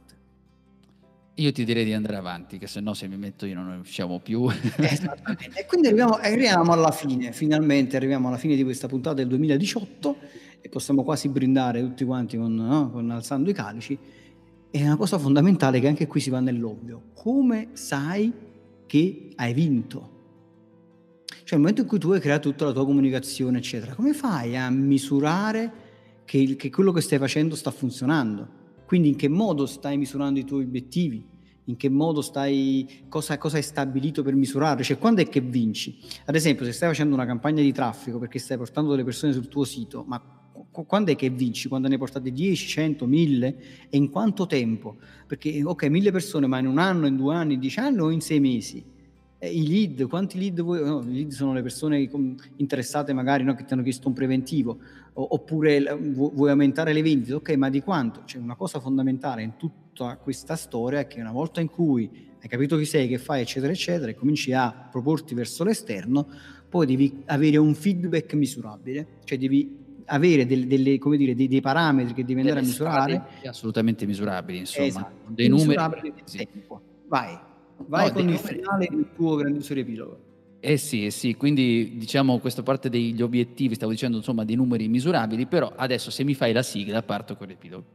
Io ti direi di andare avanti, che se no se mi metto io non ne usciamo più. Esattamente. E quindi arriviamo, arriviamo alla fine, finalmente arriviamo alla fine di questa puntata del duemiladiciotto e possiamo quasi brindare tutti quanti con, no? con alzando i calici. È una cosa fondamentale che anche qui si va nell'ovvio. Come sai che hai vinto? Cioè nel momento in cui tu hai creato tutta la tua comunicazione, eccetera, come fai a misurare che, il, che quello che stai facendo sta funzionando? Quindi in che modo stai misurando i tuoi obiettivi? In che modo stai, cosa, cosa hai stabilito per misurare? Cioè quando è che vinci? Ad esempio se stai facendo una campagna di traffico perché stai portando delle persone sul tuo sito, ma quando è che vinci? Quando ne portate dieci, cento, mille? E in quanto tempo? Perché ok, mille persone, ma in un anno, in due anni, in dieci anni o in sei mesi? eh, i lead, quanti lead vuoi, no, i lead sono le persone interessate magari, no, che ti hanno chiesto un preventivo, o, oppure vuoi aumentare le vendite, ok, ma di quanto? C'è una cosa fondamentale in tutta questa storia, è che una volta in cui hai capito chi sei, che fai, eccetera eccetera, e cominci a proporti verso l'esterno, poi devi avere un feedback misurabile, cioè devi avere delle, delle, come dire, dei, dei parametri che devi andare a misurare, assolutamente misurabili, insomma, esatto, dei numeri misurabili nel tempo. Vai, vai no, con il numeri... finale del tuo grandioso riepilogo. Eh sì, eh sì, quindi diciamo questa parte degli obiettivi, stavo dicendo insomma dei numeri misurabili, però adesso se mi fai la sigla parto con l'epilogo.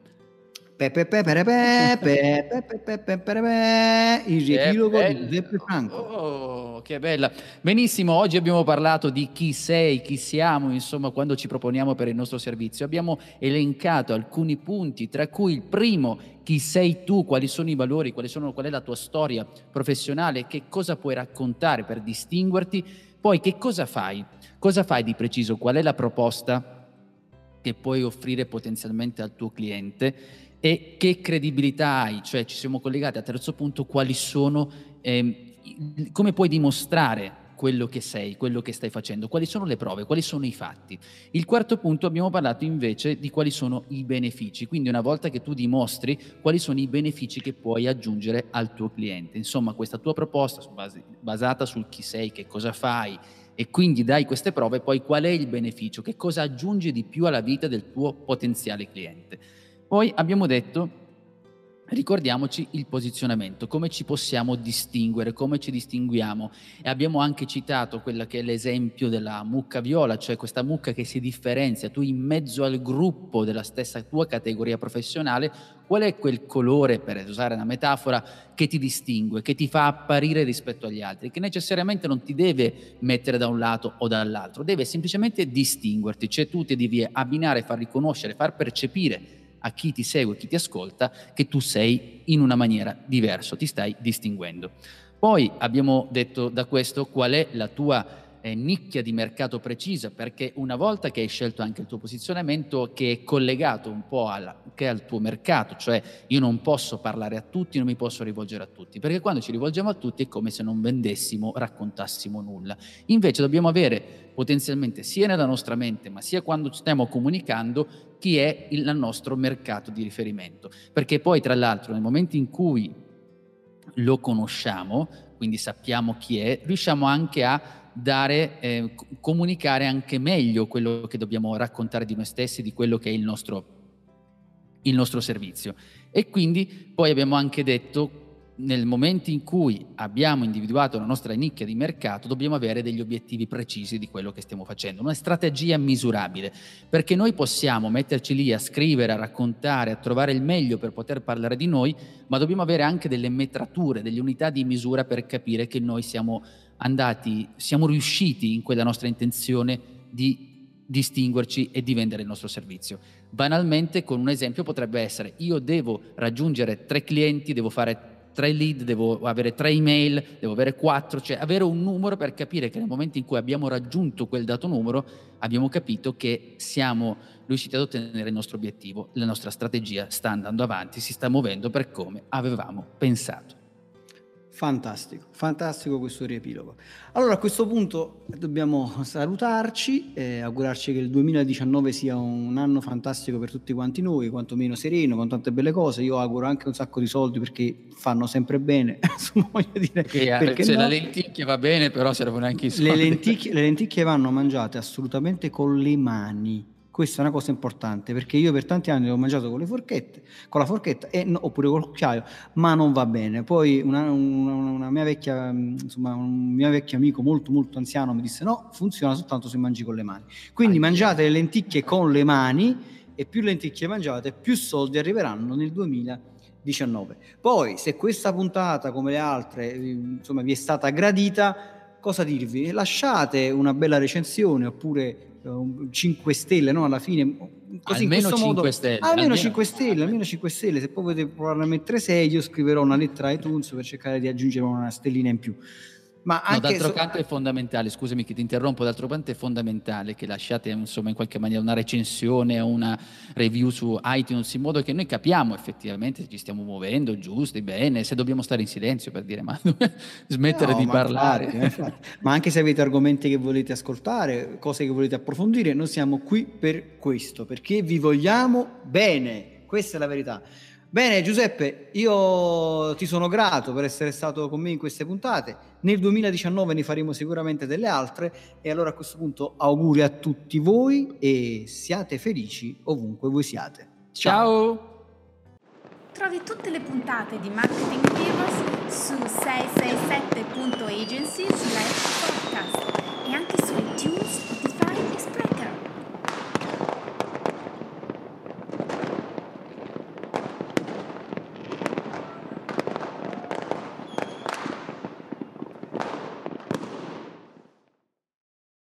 Il riepilogo di Giuseppe Franco. Oh, che bella. Benissimo, oggi abbiamo parlato di chi sei, chi siamo, insomma, quando ci proponiamo per il nostro servizio. Abbiamo elencato alcuni punti, tra cui il primo, chi sei tu, quali sono i valori, quali sono, qual è la tua storia professionale, che cosa puoi raccontare per distinguerti, poi che cosa fai, cosa fai di preciso, qual è la proposta che puoi offrire potenzialmente al tuo cliente e che credibilità hai, cioè ci siamo collegati al terzo punto, quali sono, eh, come puoi dimostrare quello che sei, quello che stai facendo, quali sono le prove, quali sono i fatti. Il quarto punto abbiamo parlato invece di quali sono i benefici, quindi una volta che tu dimostri quali sono i benefici che puoi aggiungere al tuo cliente, insomma questa tua proposta basata sul chi sei, che cosa fai, e quindi dai queste prove, poi qual è il beneficio, che cosa aggiunge di più alla vita del tuo potenziale cliente. Poi abbiamo detto, ricordiamoci il posizionamento, come ci possiamo distinguere, come ci distinguiamo, e abbiamo anche citato quella che è l'esempio della mucca viola, cioè questa mucca che si differenzia, tu in mezzo al gruppo della stessa tua categoria professionale, qual è quel colore, per usare una metafora, che ti distingue, che ti fa apparire rispetto agli altri, che necessariamente non ti deve mettere da un lato o dall'altro, deve semplicemente distinguerti, cioè tu ti devi abbinare, far riconoscere, far percepire a chi ti segue, chi ti ascolta, che tu sei in una maniera diversa, ti stai distinguendo. Poi abbiamo detto da questo qual è la tua eh, nicchia di mercato precisa, perché una volta che hai scelto anche il tuo posizionamento che è collegato un po' alla, che è al tuo mercato, cioè io non posso parlare a tutti, non mi posso rivolgere a tutti, perché quando ci rivolgiamo a tutti è come se non vendessimo, raccontassimo nulla. Invece dobbiamo avere potenzialmente sia nella nostra mente, ma sia quando stiamo comunicando, chi è il nostro mercato di riferimento, perché poi tra l'altro nel momento in cui lo conosciamo, quindi sappiamo chi è, riusciamo anche a dare, eh, comunicare anche meglio quello che dobbiamo raccontare di noi stessi, di quello che è il nostro, il nostro servizio. E quindi poi abbiamo anche detto, nel momento in cui abbiamo individuato la nostra nicchia di mercato, dobbiamo avere degli obiettivi precisi di quello che stiamo facendo, una strategia misurabile, perché noi possiamo metterci lì a scrivere, a raccontare, a trovare il meglio per poter parlare di noi, ma dobbiamo avere anche delle metrature, delle unità di misura per capire che noi siamo andati, siamo riusciti in quella nostra intenzione di distinguerci e di vendere il nostro servizio. Banalmente, con un esempio potrebbe essere: io devo raggiungere tre clienti, devo fare tre lead, devo avere tre email, devo avere quattro, cioè avere un numero per capire che nel momento in cui abbiamo raggiunto quel dato numero abbiamo capito che siamo riusciti ad ottenere il nostro obiettivo, la nostra strategia sta andando avanti, si sta muovendo per come avevamo pensato. Fantastico, fantastico questo riepilogo. Allora a questo punto dobbiamo salutarci, eh, augurarci che il duemiladiciannove sia un anno fantastico per tutti quanti noi, quantomeno sereno, con tante belle cose. Io auguro anche un sacco di soldi perché fanno sempre bene, voglio dire, perché, perché se no, la lenticchia va bene, però servono anche i soldi. Le lenticchie, le lenticchie vanno mangiate assolutamente con le mani. Questa è una cosa importante, perché io per tanti anni l'ho mangiato con le forchette, con la forchetta e no, oppure col cucchiaio, ma non va bene. Poi una, una, una mia vecchia, insomma, un mio vecchio amico molto molto anziano mi disse: no, funziona soltanto se mangi con le mani. Quindi ah, mangiate le lenticchie con le mani, e più lenticchie mangiate, più soldi arriveranno nel duemiladiciannove. Poi, se questa puntata, come le altre, insomma, vi è stata gradita, cosa dirvi? Lasciate una bella recensione, oppure cinque stelle, no? Alla fine, così, almeno in questo cinque modo, stelle, almeno, almeno cinque stelle, almeno cinque stelle. Se poi potete provare a mettere sei, io scriverò una lettera a iTunes per cercare di aggiungere una stellina in più. Ma No, anche d'altro so- canto è fondamentale, scusami che ti interrompo, d'altro canto è fondamentale che lasciate insomma in qualche maniera una recensione o una review su iTunes in modo che noi capiamo effettivamente se ci stiamo muovendo giusti, bene, se dobbiamo stare in silenzio per dire ma smettere No, di ma infatti, ma parlare. infatti. Ma anche se avete argomenti che volete ascoltare, cose che volete approfondire, noi siamo qui per questo, perché vi vogliamo bene. Questa è la verità. Bene, Giuseppe, io ti sono grato per essere stato con me in queste puntate. Nel duemiladiciannove ne faremo sicuramente delle altre e allora a questo punto auguri a tutti voi e siate felici ovunque voi siate. Ciao! Trovi tutte le puntate di Marketing Heroes su sei sei sette punto agency slash podcast e anche su iTunes,